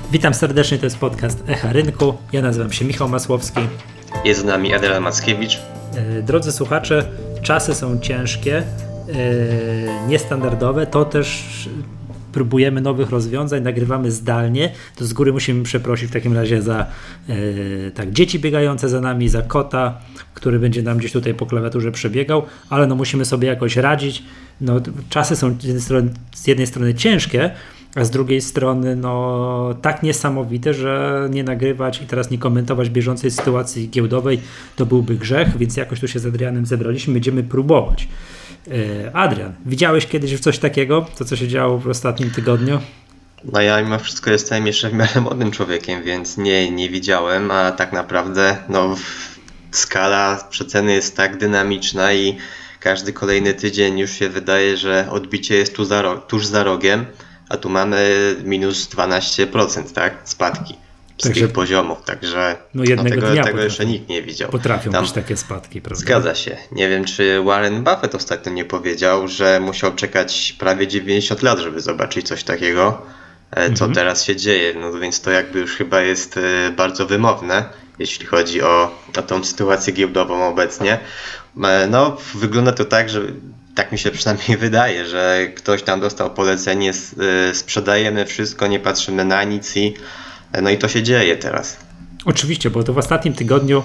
Witam serdecznie, to jest podcast Echa Rynku. Ja nazywam się Michał Masłowski. Jest z nami Adrian Mackiewicz. Drodzy słuchacze, czasy są ciężkie, niestandardowe, to też próbujemy nowych rozwiązań, nagrywamy zdalnie, to z góry musimy przeprosić w takim razie za dzieci biegające za nami, za kota, który będzie nam gdzieś tutaj po klawiaturze przebiegał, ale musimy sobie jakoś radzić. Czasy są z jednej strony ciężkie, a z drugiej strony tak niesamowite, że nie nagrywać i teraz nie komentować bieżącej sytuacji giełdowej to byłby grzech, więc jakoś tu się z Adrianem zebraliśmy, będziemy próbować. Adrian, widziałeś kiedyś coś takiego, to co się działo w ostatnim tygodniu? Ja mimo wszystko jestem jeszcze w miarę młodym człowiekiem, więc nie widziałem, a tak naprawdę skala przeceny jest tak dynamiczna i każdy kolejny tydzień już się wydaje, że odbicie jest tuż za rogiem, a tu mamy minus 12%, tak? Spadki z tych poziomów, także tego jeszcze nikt nie widział. Potrafią być takie spadki, prawda? Zgadza się. Nie wiem, czy Warren Buffett ostatnio nie powiedział, że musiał czekać prawie 90 lat, żeby zobaczyć coś takiego, co teraz się dzieje. Więc to jakby już chyba jest bardzo wymowne, jeśli chodzi o tą sytuację giełdową obecnie. Wygląda to tak, że tak mi się przynajmniej wydaje, że ktoś tam dostał polecenie, sprzedajemy wszystko, nie patrzymy na nic i to się dzieje teraz. Oczywiście, bo to w ostatnim tygodniu,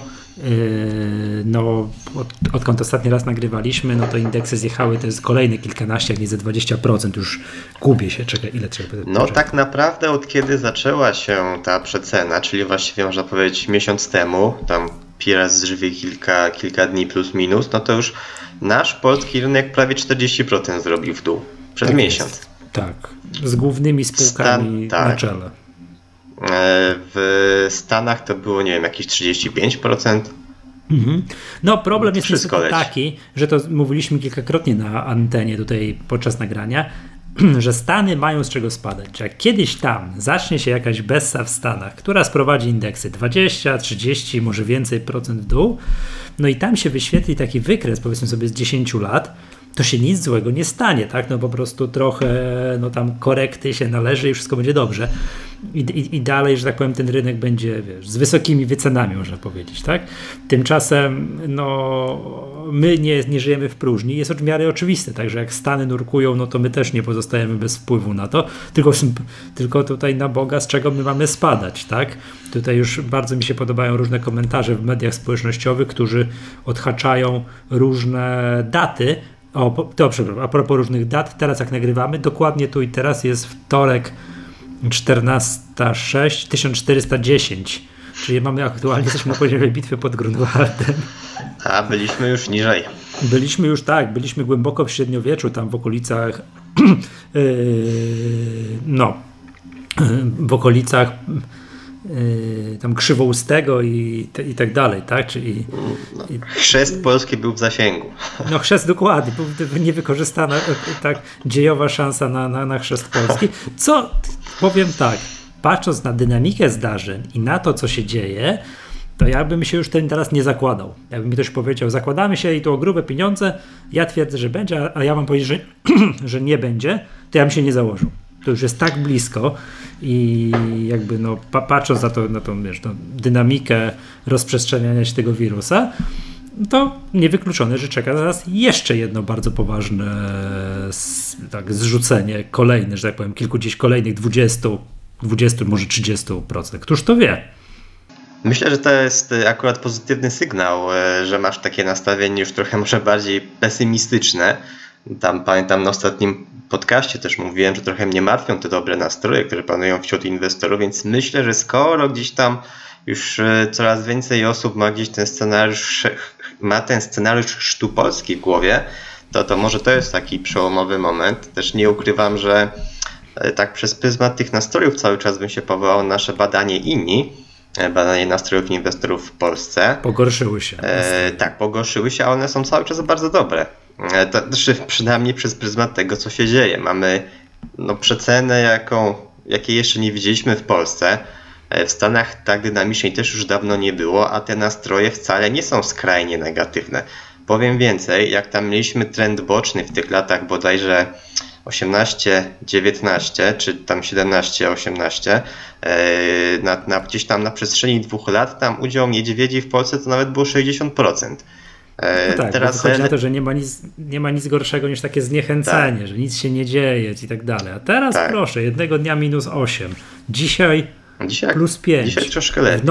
odkąd ostatni raz nagrywaliśmy, to indeksy zjechały, to jest kolejne kilkanaście, jak nie ze 20%, już gubię się, czekaj, ile trzeba. Tak naprawdę od kiedy zaczęła się ta przecena, czyli właściwie można powiedzieć miesiąc temu, tam raz żywie kilka dni plus minus, to już nasz polski rynek prawie 40% zrobił w dół przez miesiąc. Jest. Tak, z głównymi spółkami na czele. W Stanach to było, jakieś 35%. Problem jest niestety taki, że to mówiliśmy kilkakrotnie na antenie tutaj podczas nagrania, że Stany mają z czego spadać. Jak kiedyś tam zacznie się jakaś bessa w Stanach, która sprowadzi indeksy 20, 30, może więcej procent w dół, i tam się wyświetli taki wykres, powiedzmy sobie z 10 lat, to się nic złego nie stanie, tak? Po prostu trochę tam korekty się należy i wszystko będzie dobrze. I dalej, że tak powiem, ten rynek będzie, z wysokimi wycenami, można powiedzieć, tak? Tymczasem, my nie żyjemy w próżni. Jest w miarę oczywiste, także jak Stany nurkują, to my też nie pozostajemy bez wpływu na to, tylko tutaj na Boga, z czego my mamy spadać, tak? Tutaj już bardzo mi się podobają różne komentarze w mediach społecznościowych, którzy odhaczają różne daty. A propos różnych dat, teraz jak nagrywamy, dokładnie tu i teraz jest wtorek 14.06, 1410, czyli aktualnie jesteśmy na poziomie bitwy pod Grunwaldem. A byliśmy już niżej. Byliśmy głęboko w średniowieczu, tam w okolicach w okolicach tam Krzywoustego i tak dalej, tak? Czyli chrzest polski był w zasięgu. Chrzest dokładnie, niewykorzystana dziejowa szansa na chrzest polski. Co powiem tak, patrząc na dynamikę zdarzeń i na to, co się dzieje, to ja bym się już teraz nie zakładał. Jakby mi ktoś powiedział, zakładamy się i to o grube pieniądze, ja twierdzę, że będzie, a ja mam powiedzieć, że nie będzie, to ja bym się nie założył. To już jest tak blisko i jakby patrząc na tą dynamikę rozprzestrzeniania się tego wirusa, to niewykluczone, że czeka nas jeszcze jedno bardzo poważne zrzucenie kolejne, że tak powiem, kolejnych 20, może 30%. Któż to wie? Myślę, że to jest akurat pozytywny sygnał, że masz takie nastawienie już trochę może bardziej pesymistyczne. Pamiętam na ostatnim podcaście też mówiłem, że trochę mnie martwią te dobre nastroje, które panują wśród inwestorów, więc myślę, że skoro gdzieś tam już coraz więcej osób ma ten scenariusz chrztu Polski w głowie, to może to jest taki przełomowy moment. Też nie ukrywam, że tak przez pryzmat tych nastrojów cały czas bym się powołał na nasze badanie nastrojów inwestorów w Polsce. Pogorszyły się. Pogorszyły się, a one są cały czas bardzo dobre. To przynajmniej przez pryzmat tego, co się dzieje. Mamy przecenę, jakiej jeszcze nie widzieliśmy w Polsce. W Stanach tak dynamicznej też już dawno nie było, a te nastroje wcale nie są skrajnie negatywne. Powiem więcej, jak tam mieliśmy trend boczny w tych latach bodajże 18-19, czy tam 17-18, gdzieś tam na przestrzeni 2 lat tam udział niedźwiedzi w Polsce to nawet było 60%. No tak, teraz chodzi na to, że nie ma nic gorszego niż takie zniechęcenie, tak, że nic się nie dzieje i tak dalej. A teraz tak, proszę, jednego dnia -8, dzisiaj +5. Dzisiaj troszkę lepiej.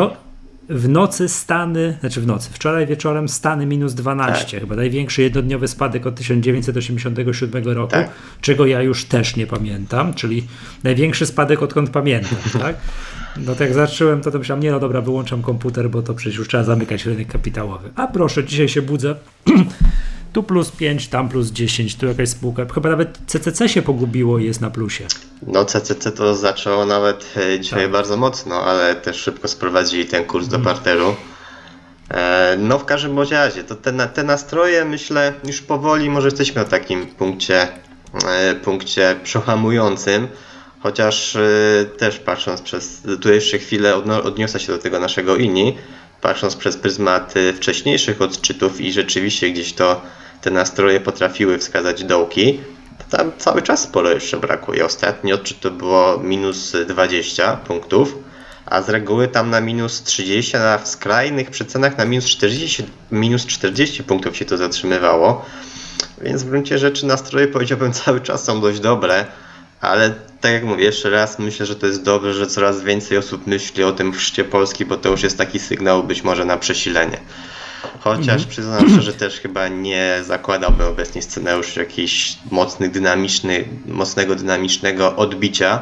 Wczoraj wieczorem Stany -12, tak, chyba największy jednodniowy spadek od 1987 roku, tak, czego ja już też nie pamiętam, czyli największy spadek odkąd pamiętam, tak? No to jak zacząłem, to myślałem, dobra, wyłączam komputer, bo to przecież już trzeba zamykać rynek kapitałowy. A proszę, dzisiaj się budzę, tu +5, tam +10, tu jakaś spółka, chyba nawet CCC się pogubiło i jest na plusie. No CCC to zaczęło nawet dzisiaj bardzo mocno, ale też szybko sprowadzili ten kurs do parteru. No w każdym razie, to te nastroje, myślę, już powoli może jesteśmy na takim punkcie przehamującym, chociaż też patrząc tu jeszcze chwilę odniosę się do tego naszego INI, patrząc przez pryzmat wcześniejszych odczytów i rzeczywiście gdzieś te nastroje potrafiły wskazać dołki, to tam cały czas sporo jeszcze brakuje. Ostatni odczyt to było -20 punktów, a z reguły tam na -30, a w skrajnych przecenach na -40 punktów się to zatrzymywało. Więc w gruncie rzeczy nastroje, powiedziałbym, cały czas są dość dobre, ale tak jak mówię, jeszcze raz myślę, że to jest dobrze, że coraz więcej osób myśli o tym chrzcie Polski, bo to już jest taki sygnał być może na przesilenie. Chociaż przyznam szczerze, że też chyba nie zakładałbym obecnie scenariusz jakiś mocnego dynamicznego odbicia,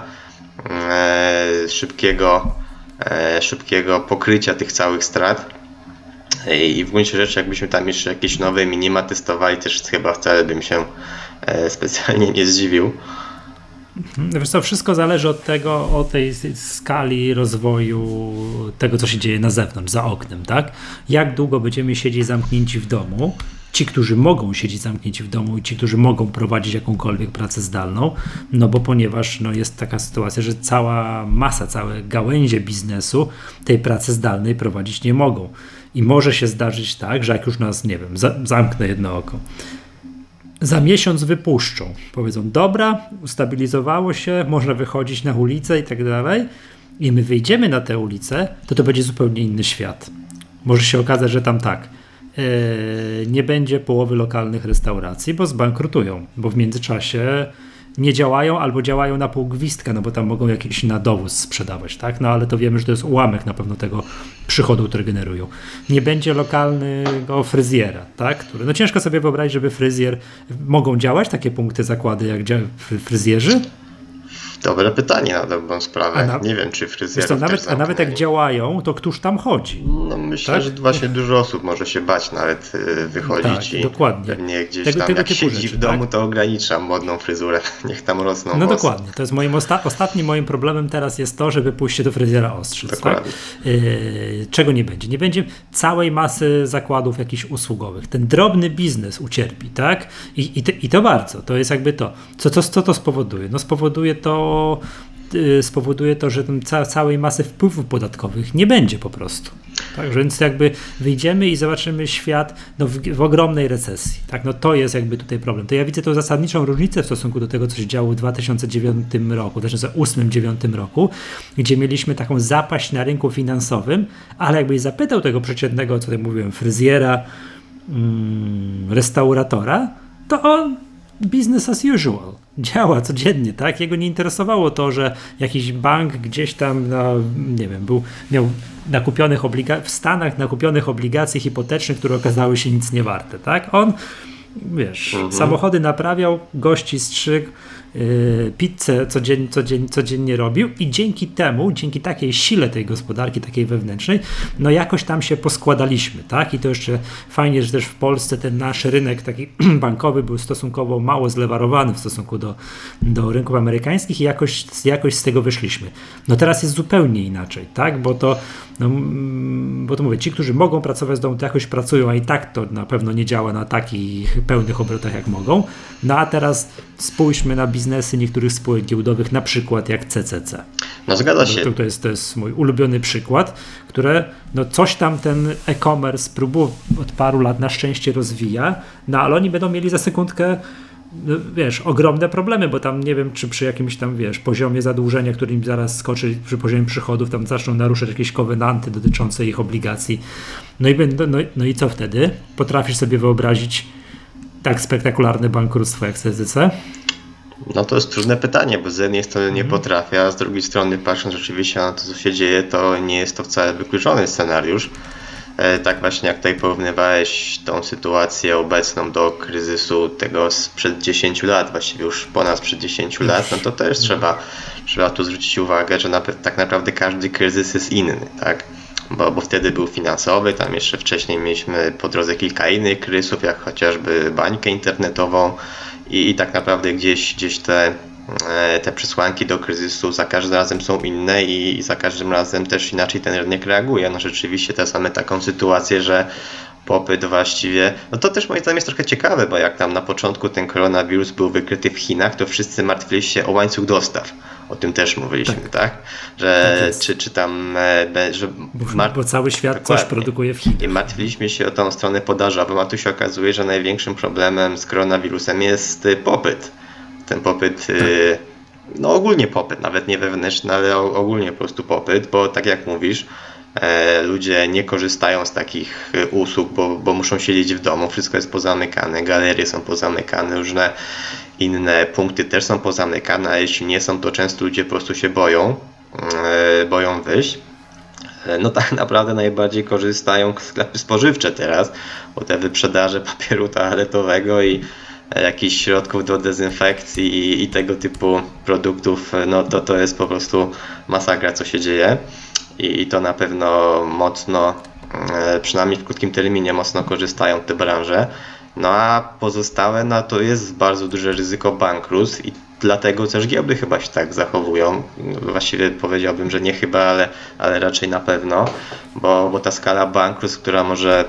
szybkiego pokrycia tych całych strat. I w gruncie rzeczy, jakbyśmy tam jeszcze jakieś nowe minima testowali, też chyba wcale bym się specjalnie nie zdziwił. Wiesz co, wszystko zależy od tej skali rozwoju tego, co się dzieje na zewnątrz, za oknem, tak? Jak długo będziemy siedzieć zamknięci w domu, ci, którzy mogą siedzieć zamknięci w domu i ci, którzy mogą prowadzić jakąkolwiek pracę zdalną, no bo ponieważ jest taka sytuacja, że całe gałęzie biznesu tej pracy zdalnej prowadzić nie mogą. I może się zdarzyć tak, że jak już nas, nie wiem, zamknę jedno oko, za miesiąc wypuszczą. Powiedzą, dobra, ustabilizowało się, można wychodzić na ulicę i tak dalej. I my wyjdziemy na tę ulicę, to będzie zupełnie inny świat. Może się okazać, że tam nie będzie połowy lokalnych restauracji, bo zbankrutują, bo w międzyczasie nie działają albo działają na pół gwizdka, no bo tam mogą jakiś nadowóz sprzedawać, tak? No ale to wiemy, że to jest ułamek na pewno tego przychodu, który generują. Nie będzie lokalnego fryzjera, tak? No ciężko sobie wyobrazić, żeby mogą działać takie punkty, zakłady jak fryzjerzy? Dobre pytanie na dobrą sprawę. Nie wiem, czy fryzjerów a nawet jak działają, to któż tam chodzi? No myślę, tak? Że właśnie dużo osób może się bać nawet wychodzić tak, i dokładnie. Pewnie gdzieś tam jak siedzi rzeczy, w domu, to ogranicza modną fryzurę. Niech tam rosną włosy. Dokładnie. To jest ostatnim moim problemem teraz jest to, żeby pójść się do fryzjera ostrzyc. Tak? Czego nie będzie? Nie będzie całej masy zakładów jakichś usługowych. Ten drobny biznes ucierpi, tak? I to bardzo. To jest jakby to. Co to spowoduje? No spowoduje to, że całej masy wpływów podatkowych nie będzie po prostu. Tak, więc jakby wyjdziemy i zobaczymy świat w ogromnej recesji. Tak, no to jest jakby tutaj problem. To ja widzę tą zasadniczą różnicę w stosunku do tego, co się działo w 2009 roku, 2008-2009 roku, gdzie mieliśmy taką zapaść na rynku finansowym, ale jakbyś zapytał tego przeciętnego, co tutaj mówiłem, fryzjera, restauratora, to on business as usual. Działa codziennie, tak? Jego nie interesowało to, że jakiś bank gdzieś tam, miał w Stanach nakupionych obligacji hipotecznych, które okazały się nic nie warte, tak? On, samochody naprawiał, gości strzygł, pizzę codziennie robił i dzięki takiej sile tej gospodarki, takiej wewnętrznej, no jakoś tam się poskładaliśmy, tak? I to jeszcze fajnie, że też w Polsce ten nasz rynek taki bankowy był stosunkowo mało zlewarowany w stosunku do rynków amerykańskich i jakoś z tego wyszliśmy. No teraz jest zupełnie inaczej, tak? Bo to mówię, ci, którzy mogą pracować z domu, to jakoś pracują, a i tak to na pewno nie działa na takich pełnych obrotach, jak mogą. No a teraz spójrzmy na biznesy niektórych spółek giełdowych, na przykład jak CCC. No zgadza się. To jest mój ulubiony przykład, które coś tam ten e-commerce próbuje od paru lat na szczęście rozwija, no ale oni będą mieli za sekundkę no, wiesz, ogromne problemy, bo tam nie wiem, czy przy jakimś tam, wiesz, poziomie zadłużenia, który im zaraz skoczy, przy poziomie przychodów, tam zaczną naruszać jakieś kowenanty dotyczące ich obligacji. No i co wtedy? Potrafisz sobie wyobrazić tak spektakularne bankructwo jak CCC? No to jest trudne pytanie, bo z jednej strony nie potrafię, a z drugiej strony patrząc rzeczywiście na to, co się dzieje, to nie jest to wcale wykluczony scenariusz. Tak właśnie jak tutaj porównywałeś tą sytuację obecną do kryzysu tego sprzed 10 lat, właściwie już ponad sprzed 10 lat, no to też trzeba tu zwrócić uwagę, że tak naprawdę każdy kryzys jest inny, tak? Bo wtedy był finansowy, tam jeszcze wcześniej mieliśmy po drodze kilka innych kryzysów, jak chociażby bańkę internetową i tak naprawdę gdzieś te przesłanki do kryzysu za każdym razem są inne i za każdym razem też inaczej ten rynek reaguje. No rzeczywiście teraz mamy taką sytuację, że popyt właściwie, no to też moim zdaniem jest trochę ciekawe, bo jak tam na początku ten koronawirus był wykryty w Chinach, to wszyscy martwili się o łańcuch dostaw. O tym też mówiliśmy, tak? Że tak czy tam... Że bo cały świat dokładnie. Coś produkuje w Chinach. I martwiliśmy się o tą stronę podażową, a tu się okazuje, że największym problemem z koronawirusem jest popyt. Ten popyt, no ogólnie popyt, nawet nie wewnętrzny, ale ogólnie po prostu popyt, bo tak jak mówisz, ludzie nie korzystają z takich usług, bo muszą siedzieć w domu, wszystko jest pozamykane, galerie są pozamykane, różne inne punkty też są pozamykane, a jeśli nie są, to często ludzie po prostu się boją wyjść. No tak naprawdę najbardziej korzystają sklepy spożywcze teraz, bo te wyprzedaże papieru toaletowego i jakichś środków do dezynfekcji i tego typu produktów, no to jest po prostu masakra, co się dzieje i to na pewno mocno, przynajmniej w krótkim terminie mocno korzystają te branże. No a pozostałe, no to jest bardzo duże ryzyko bankructw i dlatego też giełdy chyba się tak zachowują. Właściwie powiedziałbym, że nie chyba, ale raczej na pewno, bo ta skala bankructw, która może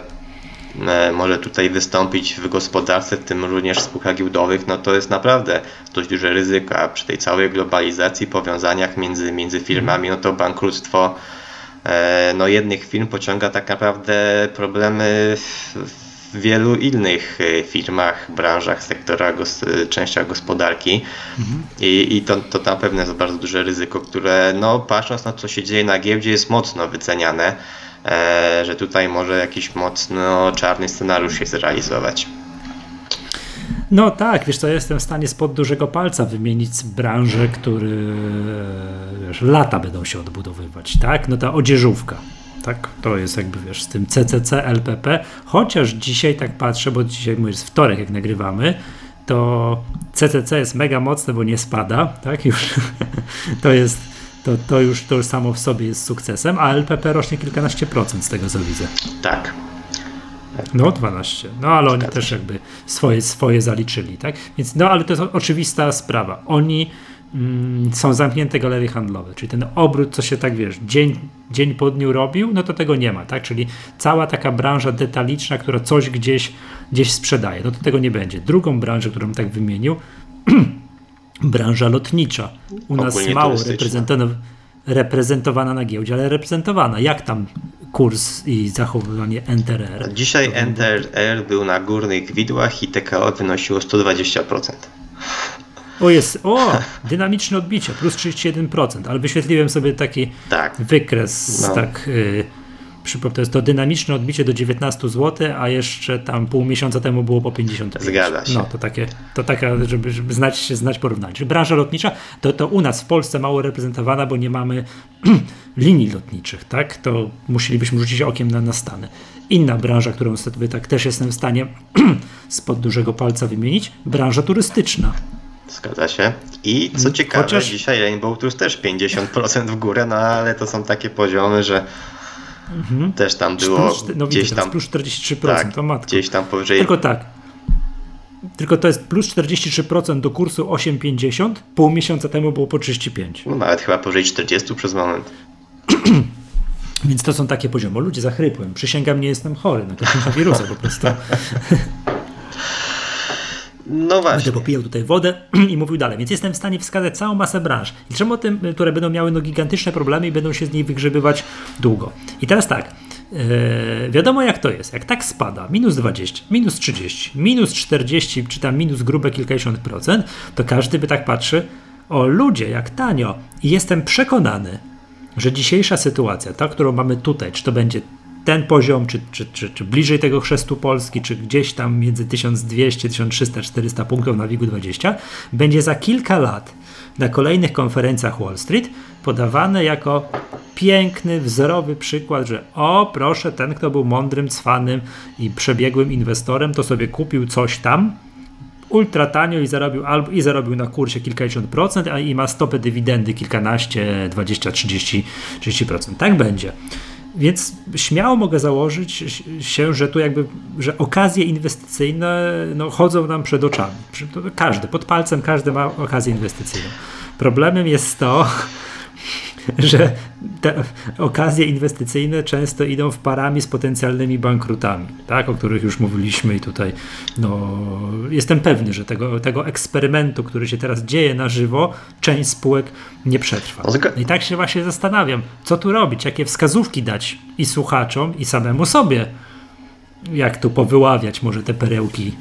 tutaj wystąpić w gospodarce, w tym również w spółkach giełdowych, no to jest naprawdę dość duże ryzyko, a przy tej całej globalizacji, powiązaniach między firmami, no to bankructwo no jednych firm pociąga tak naprawdę problemy w wielu innych firmach, branżach, sektorach, częściach gospodarki i to na pewno jest bardzo duże ryzyko, które no patrząc na to, co się dzieje na giełdzie, jest mocno wyceniane, że tutaj może jakiś mocno czarny scenariusz się zrealizować. No tak, wiesz co, ja jestem w stanie spod dużego palca wymienić branże, które lata będą się odbudowywać, tak? No ta odzieżówka, tak? To jest jakby, wiesz, z tym CCC, LPP, chociaż dzisiaj tak patrzę, bo dzisiaj jest wtorek, jak nagrywamy, to CCC jest mega mocne, bo nie spada, tak? Już to już samo w sobie jest sukcesem, a LPP rośnie kilkanaście procent z tego, co widzę. Tak. No 12, no ale oni też jakby swoje zaliczyli, tak? Więc no ale to jest oczywista sprawa. Oni są zamknięte galerie handlowe, czyli ten obrót, co się tak wiesz, dzień po dniu robił, no to tego nie ma, tak? Czyli cała taka branża detaliczna, która coś gdzieś sprzedaje, no to tego nie będzie. Drugą branżę, którą tak wymienił, branża lotnicza. U nas mało reprezentowana na giełdzie, ale reprezentowana. Jak tam kurs i zachowywanie NTR? Dzisiaj NTR był na górnych widłach i TKO wynosiło 120%. Dynamiczne odbicie, plus 31%, ale wyświetliłem sobie taki wykres, to jest to dynamiczne odbicie do 19 zł, a jeszcze tam pół miesiąca temu było po 55. Zgadza się. No to taka, żeby znać porównanie. Czyli branża lotnicza to u nas w Polsce mało reprezentowana, bo nie mamy linii lotniczych, tak? To musielibyśmy rzucić okiem na Stany. Inna branża, którą sobie tak też jestem w stanie spod dużego palca wymienić, branża turystyczna. Zgadza się. I co ciekawe, dzisiaj Rainbow Tours też 50% w górę, no ale to są takie poziomy, że też tam było gdzieś tam plus 43%, tak, to matko. Gdzieś tam powyżej. Tylko to jest plus 43% do kursu 8,50, pół miesiąca temu było po 35. No nawet chyba powyżej 40 przez moment. Więc to są takie poziomy. Ludzie, zachrypłem. Przysięgam, nie jestem chory na koronawirusa po prostu. No właśnie. Będę popijał tutaj wodę i mówił dalej. Więc jestem w stanie wskazać całą masę branż. I czemu o tym, które będą miały gigantyczne problemy i będą się z niej wygrzebywać długo. I teraz tak. Wiadomo jak to jest, jak tak spada, minus 20, minus 30, minus 40, czy tam minus grube kilkadziesiąt procent, to każdy by tak patrzy, o ludzie, jak tanio. I jestem przekonany, że dzisiejsza sytuacja, ta, którą mamy tutaj, czy to będzie ten poziom, czy bliżej tego chrztu Polski, czy gdzieś tam między 1200, 1300, 400 punktów na WIG20, będzie za kilka lat na kolejnych konferencjach Wall Street podawane jako piękny, wzorowy przykład, że o proszę, ten kto był mądrym, cwanym i przebiegłym inwestorem, to sobie kupił coś tam ultra tanio i zarobił na kursie kilkadziesiąt procent, a i ma stopę dywidendy kilkanaście, 20, 30%. Tak będzie. Więc śmiało mogę założyć się, że tu że okazje inwestycyjne chodzą nam przed oczami. Pod palcem każdy ma okazję inwestycyjną. Problemem jest to, że te okazje inwestycyjne często idą w parami z potencjalnymi bankrutami, tak, o których już mówiliśmy i tutaj jestem pewny, że tego eksperymentu, który się teraz dzieje na żywo, część spółek nie przetrwa. I tak się właśnie zastanawiam, co tu robić, jakie wskazówki dać i słuchaczom, i samemu sobie, jak tu powyławiać może te perełki,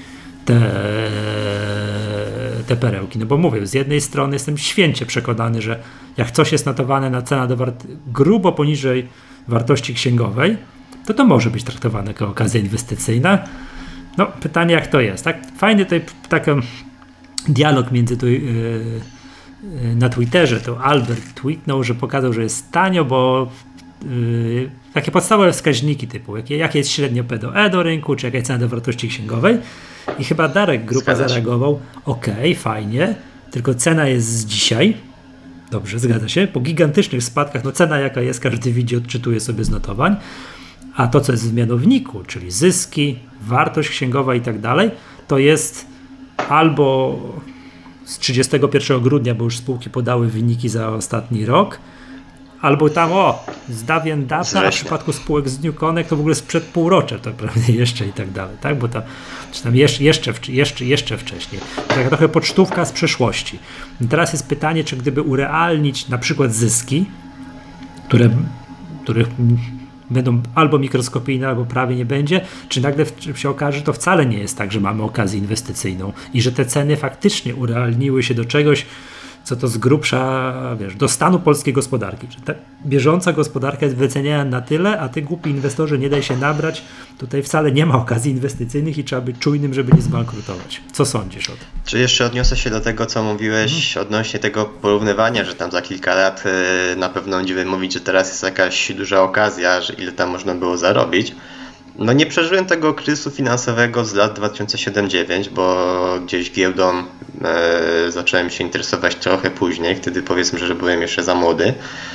te perełki, bo mówię, z jednej strony jestem święcie przekonany, że jak coś jest notowane na cena grubo poniżej wartości księgowej, to może być traktowane jako okazja inwestycyjna. Pytanie jak to jest, tak? Fajny tutaj taki dialog między na Twitterze, to Albert tweetnął, że pokazał, że jest tanio, bo takie podstawowe wskaźniki typu, jakie jest średnio P/E do rynku, czy jaka jest cena do wartości księgowej. I chyba Darek Grupa zareagował, okej, fajnie, tylko cena jest z dzisiaj, dobrze, zgadza się, po gigantycznych spadkach, cena jaka jest, każdy widzi, odczytuje sobie z notowań, a to co jest w mianowniku, czyli zyski, wartość księgowa i tak dalej, to jest albo z 31 grudnia, bo już spółki podały wyniki za ostatni rok, albo tam z dawien dawna, a w przypadku spółek z New Connect to w ogóle sprzed półrocza, to pewnie jeszcze i tak dalej, tak? Bo tam, czy tam jeszcze wcześniej. Taka trochę pocztówka z przeszłości. I teraz jest pytanie, czy gdyby urealnić na przykład zyski, których będą albo mikroskopijne, albo prawie nie będzie, czy nagle się okaże, że to wcale nie jest tak, że mamy okazję inwestycyjną i że te ceny faktycznie urealniły się do czegoś, co to z grubsza, do stanu polskiej gospodarki. Że ta bieżąca gospodarka jest wyceniana na tyle, a ty głupi inwestorzy nie daj się nabrać. Tutaj wcale nie ma okazji inwestycyjnych i trzeba być czujnym, żeby nie zbankrutować. Co sądzisz o tym? Czy jeszcze odniosę się do tego, co mówiłeś odnośnie tego porównywania, że tam za kilka lat na pewno będziemy mówić, że teraz jest jakaś duża okazja, że ile tam można było zarobić. Nie przeżyłem tego kryzysu finansowego z lat 2007-2009, bo gdzieś giełdą zacząłem się interesować trochę później, wtedy powiedzmy, że byłem jeszcze za młody.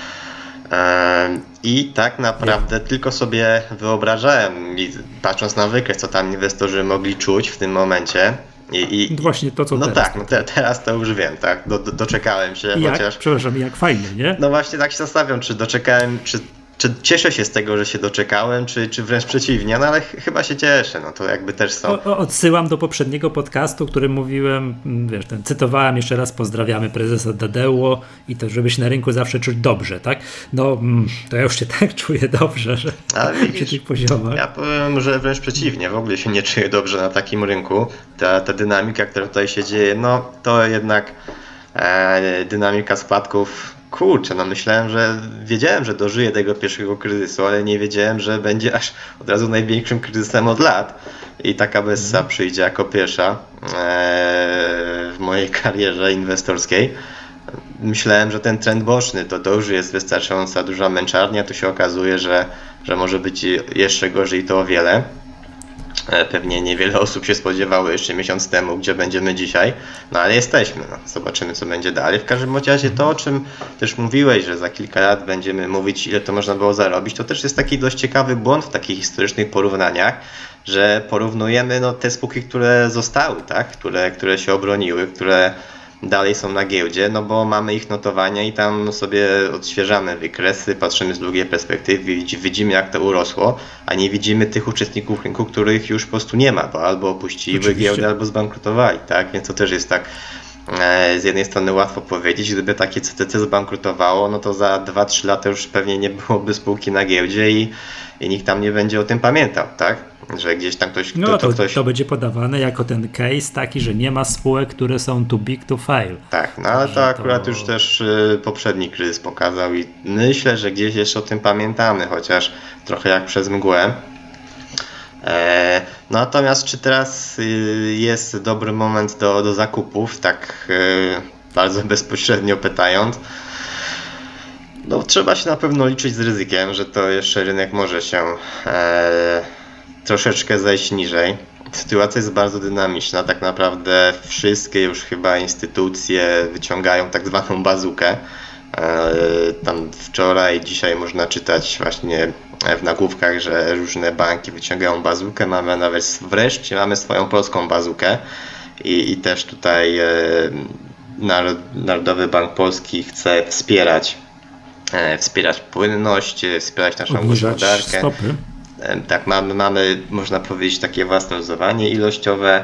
I tak naprawdę tylko sobie wyobrażałem, patrząc na wykres, co tam inwestorzy mogli czuć w tym momencie. Właśnie to, co teraz. Teraz to już wiem, tak, doczekałem się. Przepraszam, jak fajnie, nie? Właśnie tak się zastanawiam, czy doczekałem, czy cieszę się z tego, że się doczekałem, czy wręcz przeciwnie, ale chyba się cieszę, to jakby też są... Odsyłam do poprzedniego podcastu, którym mówiłem, cytowałem jeszcze raz, pozdrawiamy prezesa Dadeuło i to, żeby się na rynku zawsze czuć dobrze, tak? To ja już się tak czuję dobrze, że przy tych poziomach. Ja powiem, że wręcz przeciwnie, w ogóle się nie czuję dobrze na takim rynku. Ta dynamika, która tutaj się dzieje, to jednak dynamika spadków. Kurczę, myślałem, wiedziałem, że dożyję tego pierwszego kryzysu, ale nie wiedziałem, że będzie aż od razu największym kryzysem od lat i taka Bessa przyjdzie jako pierwsza w mojej karierze inwestorskiej. Myślałem, że ten trend boczny to już jest wystarczająca duża męczarnia, tu się okazuje, że może być jeszcze gorzej, to o wiele. Pewnie niewiele osób się spodziewało jeszcze miesiąc temu, gdzie będziemy dzisiaj, ale jesteśmy, zobaczymy co będzie dalej. W każdym razie to, o czym też mówiłeś, że za kilka lat będziemy mówić, ile to można było zarobić, to też jest taki dość ciekawy błąd w takich historycznych porównaniach, że porównujemy te spółki, które zostały, tak? które się obroniły, które dalej są na giełdzie, bo mamy ich notowania i tam sobie odświeżamy wykresy, patrzymy z długiej perspektywy, widzimy jak to urosło, a nie widzimy tych uczestników rynku, których już po prostu nie ma, bo albo opuściły giełdę, albo zbankrutowali, tak? Więc to też jest tak z jednej strony łatwo powiedzieć, gdyby takie CTC zbankrutowało, no to za 2-3 lata już pewnie nie byłoby spółki na giełdzie i nikt tam nie będzie o tym pamiętał, tak? Że gdzieś tam ktoś... To będzie podawane jako ten case taki, że nie ma spółek, które są too big to fail. Tak, no ale to akurat już też poprzedni kryzys pokazał i myślę, że gdzieś jeszcze o tym pamiętamy, chociaż trochę jak przez mgłę. Natomiast czy teraz jest dobry moment do zakupów, tak bardzo bezpośrednio pytając? No trzeba się na pewno liczyć z ryzykiem, że to jeszcze rynek może się troszeczkę zejść niżej. Sytuacja jest bardzo dynamiczna, tak naprawdę wszystkie już chyba instytucje wyciągają tak zwaną bazukę. Tam wczoraj, dzisiaj można czytać właśnie w nagłówkach, że różne banki wyciągają bazukę, mamy nawet wreszcie mamy swoją polską bazukę i też tutaj Narodowy Bank Polski chce wspierać płynność, wspierać naszą gospodarkę. Stopy. Tak, mamy, można powiedzieć, takie własne luzowanie ilościowe.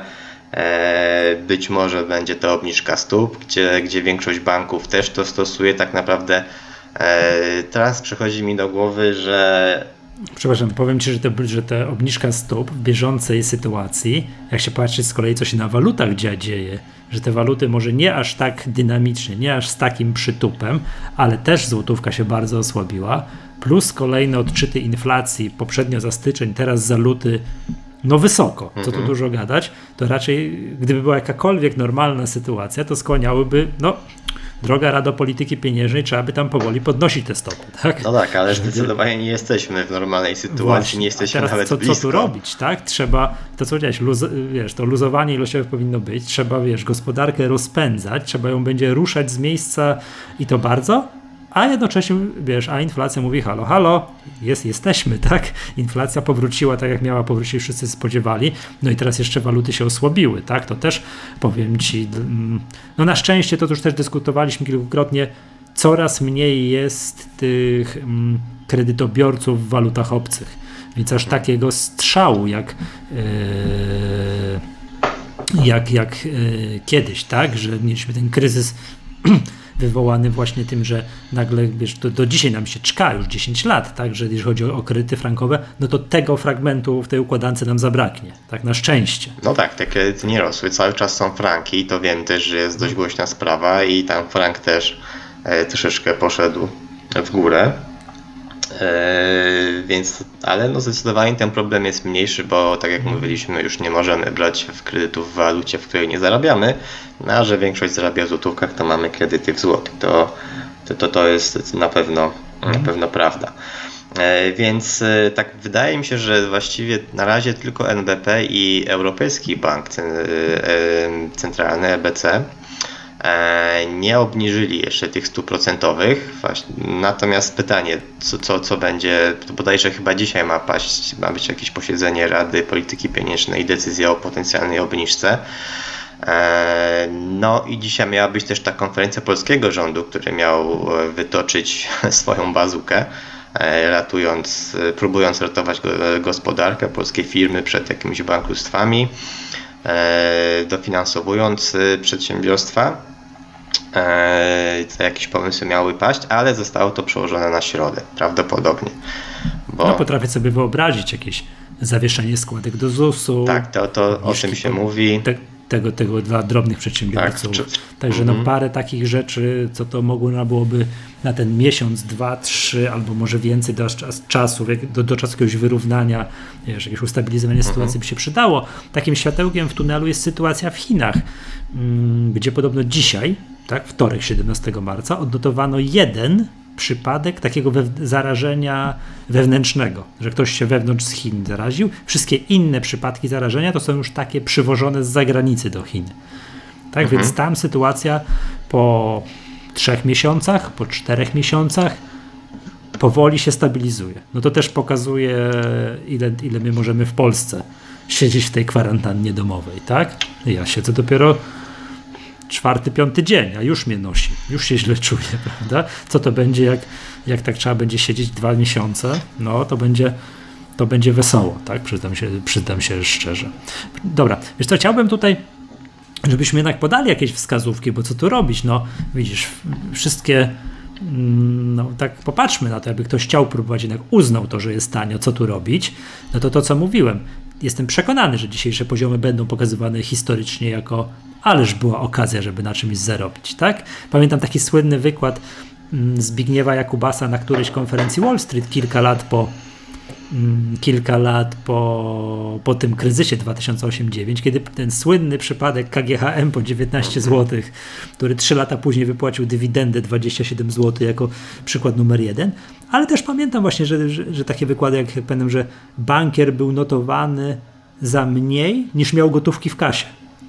Być może będzie to obniżka stóp, gdzie większość banków też to stosuje. Tak naprawdę teraz przychodzi mi do głowy, że... Przepraszam, powiem Ci, że ta obniżka stóp w bieżącej sytuacji, jak się patrzy z kolei, co się na walutach dzieje, że te waluty może nie aż tak dynamicznie, nie aż z takim przytupem, ale też złotówka się bardzo osłabiła, plus kolejne odczyty inflacji poprzednio za styczeń, teraz za luty, no wysoko, co tu dużo gadać, to raczej gdyby była jakakolwiek normalna sytuacja, to skłaniałyby, droga Rado Polityki Pieniężnej, trzeba by tam powoli podnosić te stopy, tak? No tak, ale zdecydowanie nie jesteśmy w normalnej sytuacji, właśnie, nie jesteśmy teraz nawet blisko. Co tu robić, tak? Trzeba, to co powiedziałeś, to luzowanie ilościowe powinno być, trzeba, gospodarkę rozpędzać, trzeba ją będzie ruszać z miejsca i to bardzo, a jednocześnie, a inflacja mówi halo, jesteśmy, tak? Inflacja powróciła tak, jak miała powrócić, wszyscy spodziewali, no i teraz jeszcze waluty się osłabiły, tak? To też powiem Ci, no na szczęście to już też dyskutowaliśmy kilkukrotnie, coraz mniej jest tych kredytobiorców w walutach obcych, więc aż takiego strzału jak kiedyś, tak? Że mieliśmy ten kryzys wywołany właśnie tym, że nagle, do dzisiaj nam się czeka już 10 lat, tak, że jeżeli chodzi o kredyty frankowe, no to tego fragmentu w tej układance nam zabraknie, tak, na szczęście. No tak, te kredyty nie rosły, cały czas są franki i to wiem też, że jest dość głośna sprawa i tam frank też troszeczkę poszedł w górę. Więc, ale no zdecydowanie ten problem jest mniejszy, bo tak jak mówiliśmy, już nie możemy brać kredytów w walucie, w której nie zarabiamy, a że większość zarabia w złotówkach, to mamy kredyty w złotych. To jest na pewno prawda. Więc tak wydaje mi się, że właściwie na razie tylko NBP i Europejski Bank Centralny EBC nie obniżyli jeszcze tych 100%. Natomiast pytanie, co będzie, to bodajże chyba dzisiaj ma być jakieś posiedzenie Rady Polityki Pieniężnej i decyzja o potencjalnej obniżce. No i dzisiaj miała być też ta konferencja polskiego rządu, który miał wytoczyć swoją bazukę, próbując ratować gospodarkę, polskie firmy przed jakimiś bankructwami, dofinansowując przedsiębiorstwa. Jakieś pomysły miały paść, ale zostało to przełożone na środę, prawdopodobnie. No potrafię sobie wyobrazić jakieś zawieszenie składek do ZUS-u. Tak, to o tym się mówi. Tego dla drobnych przedsiębiorców. Także parę takich rzeczy, co to można byłoby na ten miesiąc, 2, 3 albo może więcej do czasu, do czasu jakiegoś wyrównania, jakiegoś ustabilizowania sytuacji by się przydało. Takim światełkiem w tunelu jest sytuacja w Chinach, gdzie podobno dzisiaj, tak, wtorek 17 marca, odnotowano jeden przypadek takiego zarażenia wewnętrznego, że ktoś się wewnątrz z Chin zaraził. Wszystkie inne przypadki zarażenia to są już takie przywożone z zagranicy do Chin. Tak, więc tam sytuacja po 3 miesiącach, po 4 miesiącach powoli się stabilizuje. No to też pokazuje, ile my możemy w Polsce siedzieć w tej kwarantannie domowej, tak? Ja siedzę dopiero 4., 5. dzień, a już mnie nosi, już się źle czuję, prawda? Co to będzie, jak tak trzeba będzie siedzieć 2 miesiące, no to będzie wesoło, tak? Przyznam się szczerze. Dobra, wiesz co, chciałbym tutaj żebyśmy jednak podali jakieś wskazówki, bo co tu robić? No widzisz, wszystkie, no tak popatrzmy na to, jakby ktoś chciał próbować, jednak uznał to, że jest tanio, co tu robić, no to co mówiłem, jestem przekonany, że dzisiejsze poziomy będą pokazywane historycznie jako ależ była okazja, żeby na czymś zarobić, tak? Pamiętam taki słynny wykład Zbigniewa Jakubasa na którejś konferencji Wall Street kilka lat po tym kryzysie 2008-2009, kiedy ten słynny przypadek KGHM po 19 zł, który 3 lata później wypłacił dywidendę 27 zł jako przykład numer 1, ale też pamiętam właśnie, że takie wykłady, jak pamiętam, że bankier był notowany za mniej niż miał gotówki w kasie.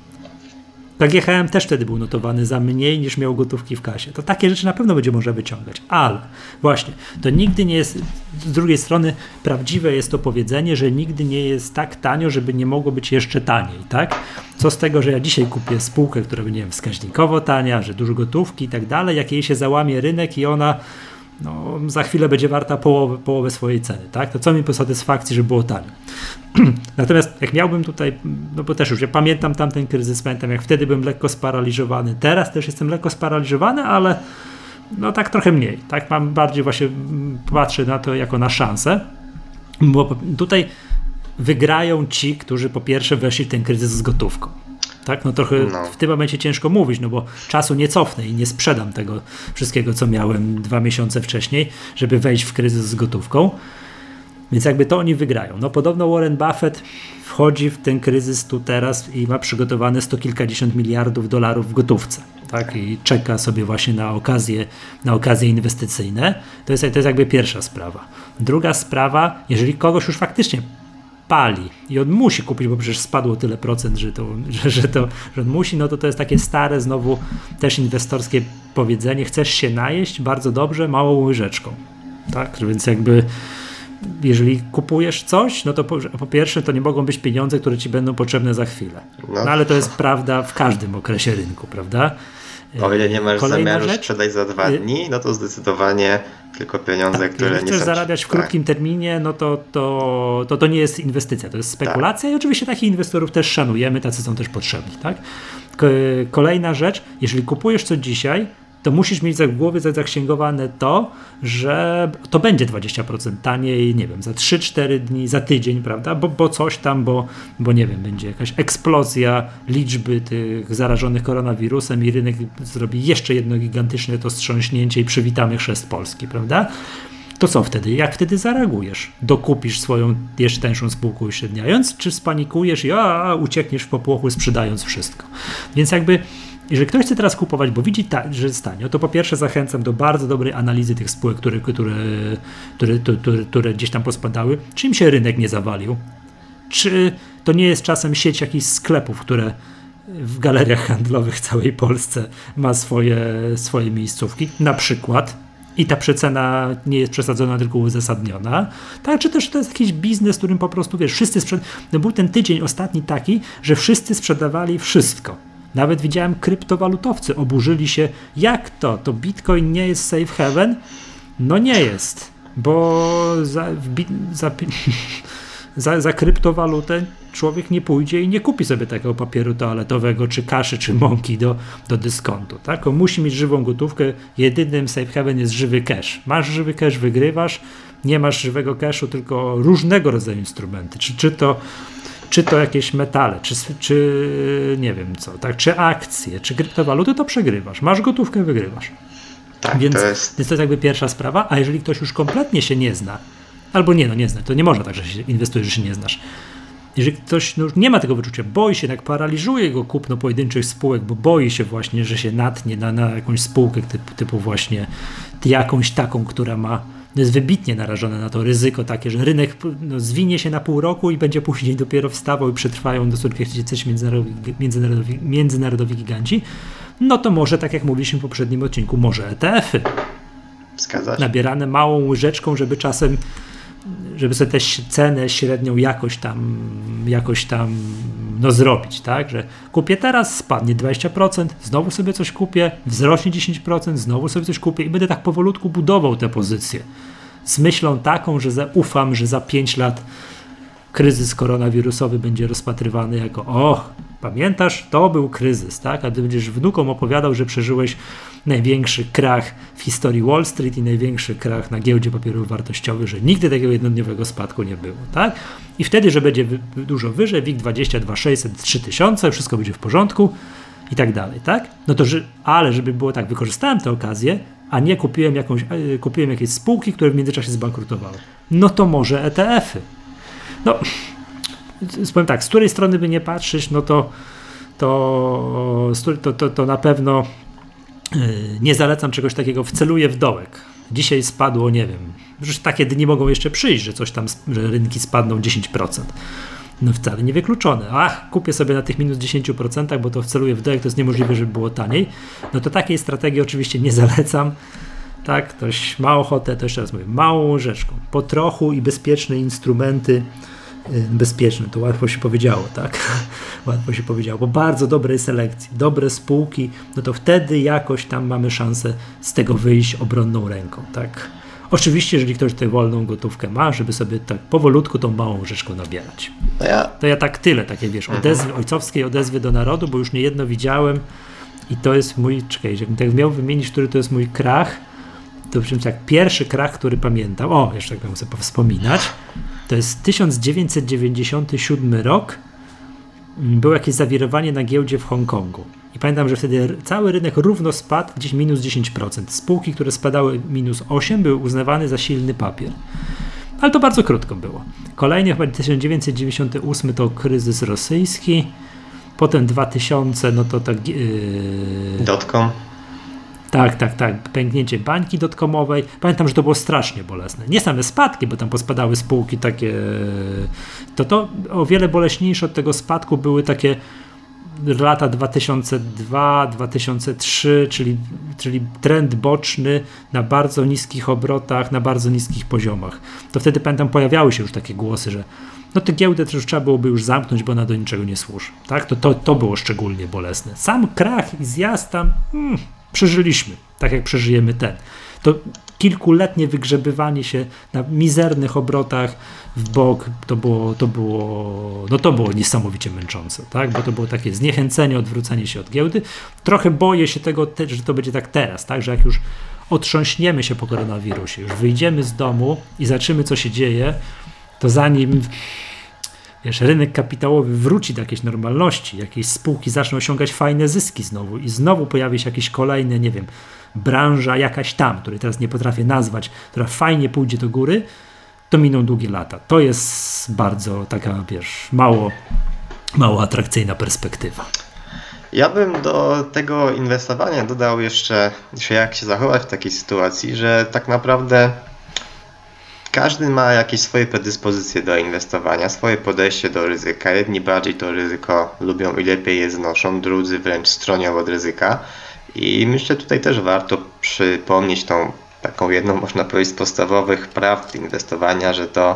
KGHM też wtedy był notowany za mniej niż miał gotówki w kasie. To takie rzeczy na pewno będzie można wyciągać, ale właśnie, to nigdy nie jest, z drugiej strony prawdziwe jest to powiedzenie, że nigdy nie jest tak tanio, żeby nie mogło być jeszcze taniej, tak? Co z tego, że ja dzisiaj kupię spółkę, która będzie, nie wiem, wskaźnikowo tania, że dużo gotówki i tak dalej, jak jej się załamie rynek i ona za chwilę będzie warta połowę swojej ceny, tak? To co mi po satysfakcji, że było tanio. Natomiast jak miałbym tutaj, no bo też już ja pamiętam tamten kryzys, pamiętam jak wtedy byłem lekko sparaliżowany, teraz też jestem lekko sparaliżowany, ale no tak trochę mniej, tak? Mam bardziej właśnie, patrzę na to jako na szansę, bo tutaj wygrają ci, którzy po pierwsze weszli w ten kryzys z gotówką. Tak, no trochę w tym momencie ciężko mówić, no bo czasu nie cofnę i nie sprzedam tego wszystkiego, co miałem 2 miesiące wcześniej, żeby wejść w kryzys z gotówką. Więc jakby to oni wygrają. No podobno Warren Buffett wchodzi w ten kryzys tu teraz i ma przygotowane 100 kilkadziesiąt miliardów dolarów w gotówce. Tak? I czeka sobie właśnie na okazje inwestycyjne. To jest jakby pierwsza sprawa. Druga sprawa, jeżeli kogoś już faktycznie pali i on musi kupić, bo przecież spadło tyle procent, że on musi, no to jest takie stare znowu też inwestorskie powiedzenie, chcesz się najeść bardzo dobrze, małą łyżeczką. Tak? Więc jakby jeżeli kupujesz coś, no to po pierwsze to nie mogą być pieniądze, które ci będą potrzebne za chwilę. No ale to jest prawda w każdym okresie rynku, prawda? O ile nie masz zamiaru sprzedać za 2 dni, no to zdecydowanie tylko pieniądze, które nie są... Jeżeli chcesz zarabiać w krótkim terminie, no to nie jest inwestycja, to jest spekulacja i oczywiście takich inwestorów też szanujemy, tacy są też potrzebni. Tak? Kolejna rzecz, jeżeli kupujesz coś dzisiaj, to musisz mieć w głowie zaksięgowane to, że to będzie 20% taniej, nie wiem, za 3-4 dni, za tydzień, prawda, bo coś tam, bo nie wiem, będzie jakaś eksplozja liczby tych zarażonych koronawirusem i rynek zrobi jeszcze jedno gigantyczne to wstrząśnięcie i przywitamy chrzest Polski, prawda? To co wtedy? Jak wtedy zareagujesz? Dokupisz swoją jeszcze tańszą spółkę uśredniając, czy spanikujesz i uciekniesz w popłochu sprzedając wszystko? Więc jakby jeżeli ktoś chce teraz kupować, bo widzi, że jest tanio, to po pierwsze zachęcam do bardzo dobrej analizy tych spółek, które gdzieś tam pospadały. Czy im się rynek nie zawalił? Czy to nie jest czasem sieć jakichś sklepów, które w galeriach handlowych w całej Polsce ma swoje miejscówki, na przykład, i ta przecena nie jest przesadzona, tylko uzasadniona, tak? Czy też to jest jakiś biznes, którym po prostu, wiesz, wszyscy no był ten tydzień ostatni taki, że wszyscy sprzedawali wszystko. Nawet widziałem kryptowalutowcy oburzyli się, jak to Bitcoin nie jest safe haven? No nie jest, bo za kryptowalutę człowiek nie pójdzie i nie kupi sobie takiego papieru toaletowego, czy kaszy, czy mąki do dyskontu. Tak? On musi mieć żywą gotówkę, jedynym safe haven jest żywy cash. Masz żywy cash, wygrywasz, nie masz żywego cashu, tylko różnego rodzaju instrumenty, czy to jakieś metale, czy nie wiem co, tak, czy akcje, czy kryptowaluty, to przegrywasz. Masz gotówkę, wygrywasz. Tak, więc to jest jakby pierwsza sprawa, a jeżeli ktoś już kompletnie się nie zna, albo nie zna, to nie można tak, że się inwestujesz, że się nie znasz. Jeżeli ktoś już nie ma tego wyczucia, boi się, tak paraliżuje go kupno pojedynczych spółek, bo boi się właśnie, że się natnie na jakąś spółkę typu właśnie jakąś taką, która jest wybitnie narażone na to ryzyko takie, że rynek zwinie się na pół roku i będzie później dopiero wstawał i przetrwają do jak chcecie międzynarodowi giganci, no to może, tak jak mówiliśmy w poprzednim odcinku, może ETF-y. Wskazać. Nabierane małą łyżeczką, żeby sobie tę cenę średnią jakoś tam zrobić, tak, że kupię teraz, spadnie 20%, znowu sobie coś kupię, wzrośnie 10%, znowu sobie coś kupię i będę tak powolutku budował te pozycje z myślą taką, że ufam, że za 5 lat kryzys koronawirusowy będzie rozpatrywany jako Pamiętasz? To był kryzys, tak? A ty będziesz wnukom opowiadał, że przeżyłeś największy krach w historii Wall Street i największy krach na giełdzie papierów wartościowych, że nigdy takiego jednodniowego spadku nie było, tak? I wtedy, że będzie dużo wyżej, WIG20, 2600, 3000, wszystko będzie w porządku i tak dalej, tak? No to, ale żeby było tak, wykorzystałem tę okazję, a nie kupiłem jakieś spółki, które w międzyczasie zbankrutowały. No to może ETF-y. No, powiem tak, z której strony by nie patrzeć, no to na pewno nie zalecam czegoś takiego, wceluję w dołek. Dzisiaj spadło, nie wiem, już takie dni mogą jeszcze przyjść, że coś tam, że rynki spadną 10%. No wcale nie wykluczone. Kupię sobie na tych minus 10%, bo to wceluję w dołek, to jest niemożliwe, żeby było taniej. No to takiej strategii oczywiście nie zalecam. Tak, ktoś ma ochotę, to jeszcze raz mówię, małą łyżeczką, po trochu i bezpieczne instrumenty, bezpieczne, to łatwo się powiedziało, tak? Łatwo się powiedziało, bo bardzo dobrej selekcji, dobre spółki, no to wtedy jakoś tam mamy szansę z tego wyjść obronną ręką, tak? Oczywiście, jeżeli ktoś tę wolną gotówkę ma, żeby sobie tak powolutku tą małą łyżeczką nabierać. To ja tak tyle, takie wiesz, ojcowskiej odezwy do narodu, bo już niejedno widziałem i to jest mój, czekaj, jakbym tak miał wymienić, który to jest mój krach, to przy czym tak pierwszy krach, który pamiętam, jeszcze tak muszę wspominać, to jest 1997 rok, było jakieś zawirowanie na giełdzie w Hongkongu i pamiętam, że wtedy cały rynek równo spadł, gdzieś minus 10%. Spółki, które spadały minus 8 były uznawane za silny papier. Ale to bardzo krótko było. Kolejny chyba 1998 to kryzys rosyjski, potem 2000 no to tak... Dotcom. Tak, pęknięcie bańki dotcomowej. Pamiętam, że to było strasznie bolesne. Nie same spadki, bo tam pospadały spółki takie... To o wiele boleśniejsze od tego spadku były takie lata 2002, 2003, czyli trend boczny na bardzo niskich obrotach, na bardzo niskich poziomach. To wtedy, pamiętam, pojawiały się już takie głosy, że no tę giełdę też trzeba byłoby już zamknąć, bo ona do niczego nie służy. Tak? To było szczególnie bolesne. Sam krach i zjazd tam... przeżyliśmy, tak jak przeżyjemy ten. To kilkuletnie wygrzebywanie się na mizernych obrotach w bok, to było niesamowicie męczące, tak? Bo to było takie zniechęcenie, odwrócenie się od giełdy. Trochę boję się tego, że to będzie tak teraz, tak? Że jak już otrząśniemy się po koronawirusie, już wyjdziemy z domu i zobaczymy, co się dzieje, to zanim rynek kapitałowy wróci do jakiejś normalności, jakieś spółki zaczną osiągać fajne zyski znowu i znowu pojawi się jakieś kolejne, nie wiem, branża jakaś tam, której teraz nie potrafię nazwać, która fajnie pójdzie do góry, to miną długie lata. To jest bardzo taka, mało atrakcyjna perspektywa. Ja bym do tego inwestowania dodał jeszcze jak się zachować w takiej sytuacji, że tak naprawdę każdy ma jakieś swoje predyspozycje do inwestowania, swoje podejście do ryzyka. Jedni bardziej to ryzyko lubią i lepiej je znoszą, drudzy wręcz stronią od ryzyka. I myślę, tutaj też warto przypomnieć tą taką jedną, można powiedzieć, z podstawowych prawd inwestowania, że to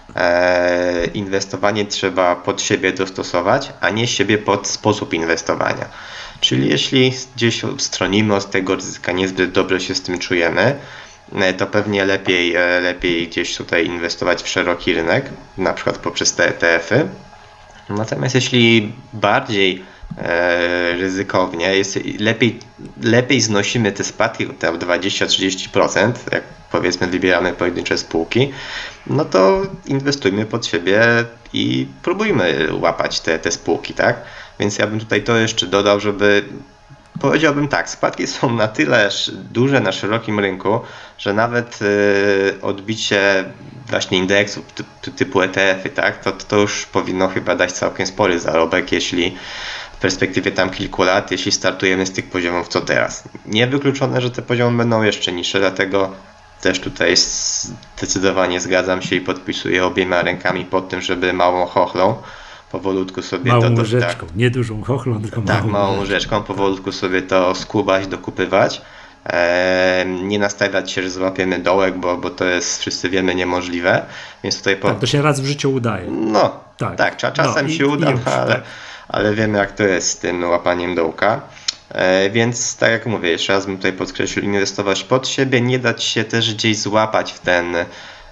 inwestowanie trzeba pod siebie dostosować, a nie siebie pod sposób inwestowania. Czyli jeśli gdzieś stronimy od tego ryzyka, niezbyt dobrze się z tym czujemy, to pewnie lepiej gdzieś tutaj inwestować w szeroki rynek, na przykład poprzez te ETF-y. Natomiast jeśli bardziej ryzykownie, lepiej znosimy te spadki, te 20-30%, jak powiedzmy wybieramy pojedyncze spółki, no to inwestujmy pod siebie i próbujmy łapać te spółki, tak? Więc ja bym tutaj to jeszcze dodał, powiedziałbym tak, spadki są na tyle duże na szerokim rynku, że nawet odbicie właśnie indeksów typu ETF-y, tak, to już powinno chyba dać całkiem spory zarobek, jeśli w perspektywie tam kilku lat, jeśli startujemy z tych poziomów co teraz. Niewykluczone, że te poziomy będą jeszcze niższe, dlatego też tutaj zdecydowanie zgadzam się i podpisuję obiema rękami pod tym, żeby małą chochlą powolutku sobie małą łyżeczką, tak, nie dużą chochlą, tylko małą łyżeczką, powolutku sobie to skubać, dokupywać. Nie nastawiać się, że złapiemy dołek, bo to jest, wszyscy wiemy, niemożliwe. Więc tutaj to się raz w życiu udaje. No, tak czasem się uda, ale wiemy, jak to jest z tym łapaniem dołka. Więc tak jak mówię, jeszcze raz bym tutaj podkreślił, inwestować pod siebie, nie dać się też gdzieś złapać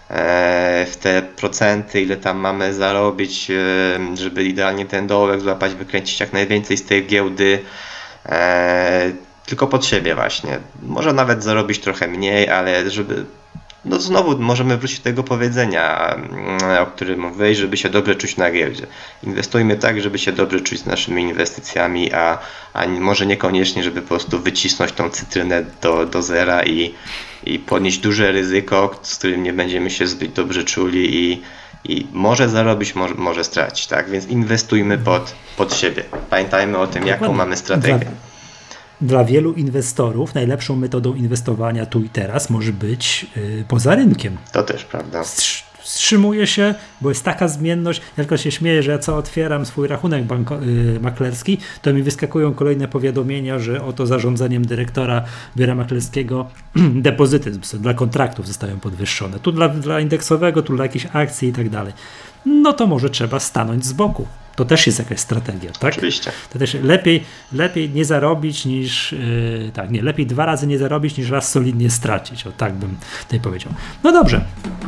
w te procenty, ile tam mamy zarobić, żeby idealnie ten dołek złapać, wykręcić jak najwięcej z tej giełdy, tylko pod siebie właśnie. Może nawet zarobić trochę mniej, ale żeby no znowu możemy wrócić do tego powiedzenia, o którym mówiłeś, żeby się dobrze czuć na giełdzie. Inwestujmy tak, żeby się dobrze czuć z naszymi inwestycjami, a może niekoniecznie, żeby po prostu wycisnąć tą cytrynę do zera i podnieść duże ryzyko, z którym nie będziemy się zbyt dobrze czuli i może zarobić, może stracić. Tak? Więc inwestujmy pod siebie. Pamiętajmy o tym, jaką mamy strategię. Dla wielu inwestorów najlepszą metodą inwestowania tu i teraz może być poza rynkiem. To też prawda. Wstrzymuje się, bo jest taka zmienność. Ja tylko się śmieję, że ja co otwieram swój rachunek maklerski, to mi wyskakują kolejne powiadomienia, że oto zarządzeniem dyrektora biura maklerskiego depozyty dla kontraktów zostają podwyższone. Tu dla indeksowego, tu dla jakichś akcji i tak dalej. No to może trzeba stanąć z boku. To też jest jakaś strategia, tak? Oczywiście. To też lepiej nie zarobić niż, lepiej 2 razy nie zarobić niż raz solidnie stracić. O tak bym tutaj powiedział. No dobrze.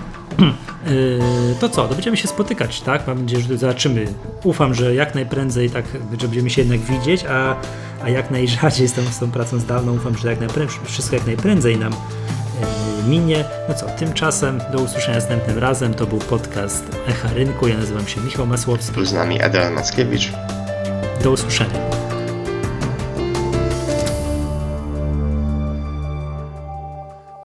To co? To będziemy się spotykać, tak? Mam nadzieję, że zobaczymy. Ufam, że jak najprędzej tak, że będziemy się jednak widzieć, a jak najrzadziej z tą pracą zdalną ufam, że wszystko jak najprędzej nam minie. No co, tymczasem do usłyszenia następnym razem. To był podcast Echa Rynku. Ja nazywam się Michał Masłowski. Tu z nami Adrian Mackiewicz. Do usłyszenia.